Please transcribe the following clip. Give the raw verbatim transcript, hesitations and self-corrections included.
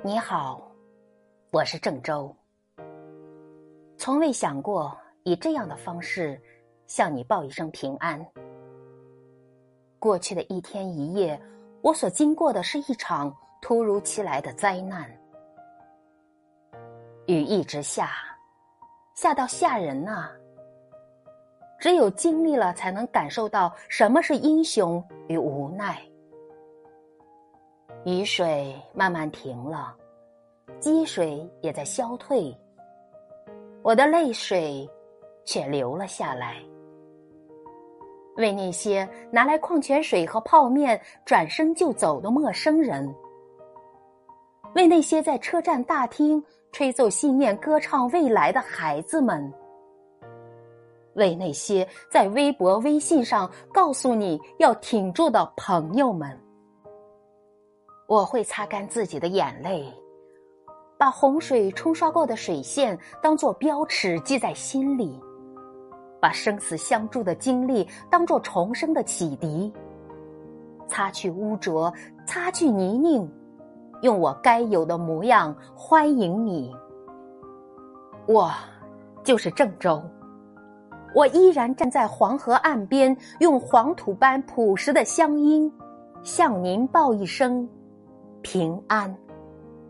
你好，我是郑州。从未想过以这样的方式向你报一声平安。过去的一天一夜，我所经过的是一场突如其来的灾难。雨一直下，下到吓人啊！只有经历了，才能感受到什么是英雄与无奈。雨水慢慢停了，积水也在消退，我的泪水却流了下来。为那些拿来矿泉水和泡面转身就走的陌生人，为那些在车站大厅吹奏信念歌唱未来的孩子们，为那些在微博微信上告诉你要挺住的朋友们。我会擦干自己的眼泪，把洪水冲刷过的水线当作标尺记在心里，把生死相助的经历当作重生的启迪，擦去污浊，擦去泥泞，用我该有的模样欢迎你。我就是郑州，我依然站在黄河岸边，用黄土般朴实的乡音向您报一声平安。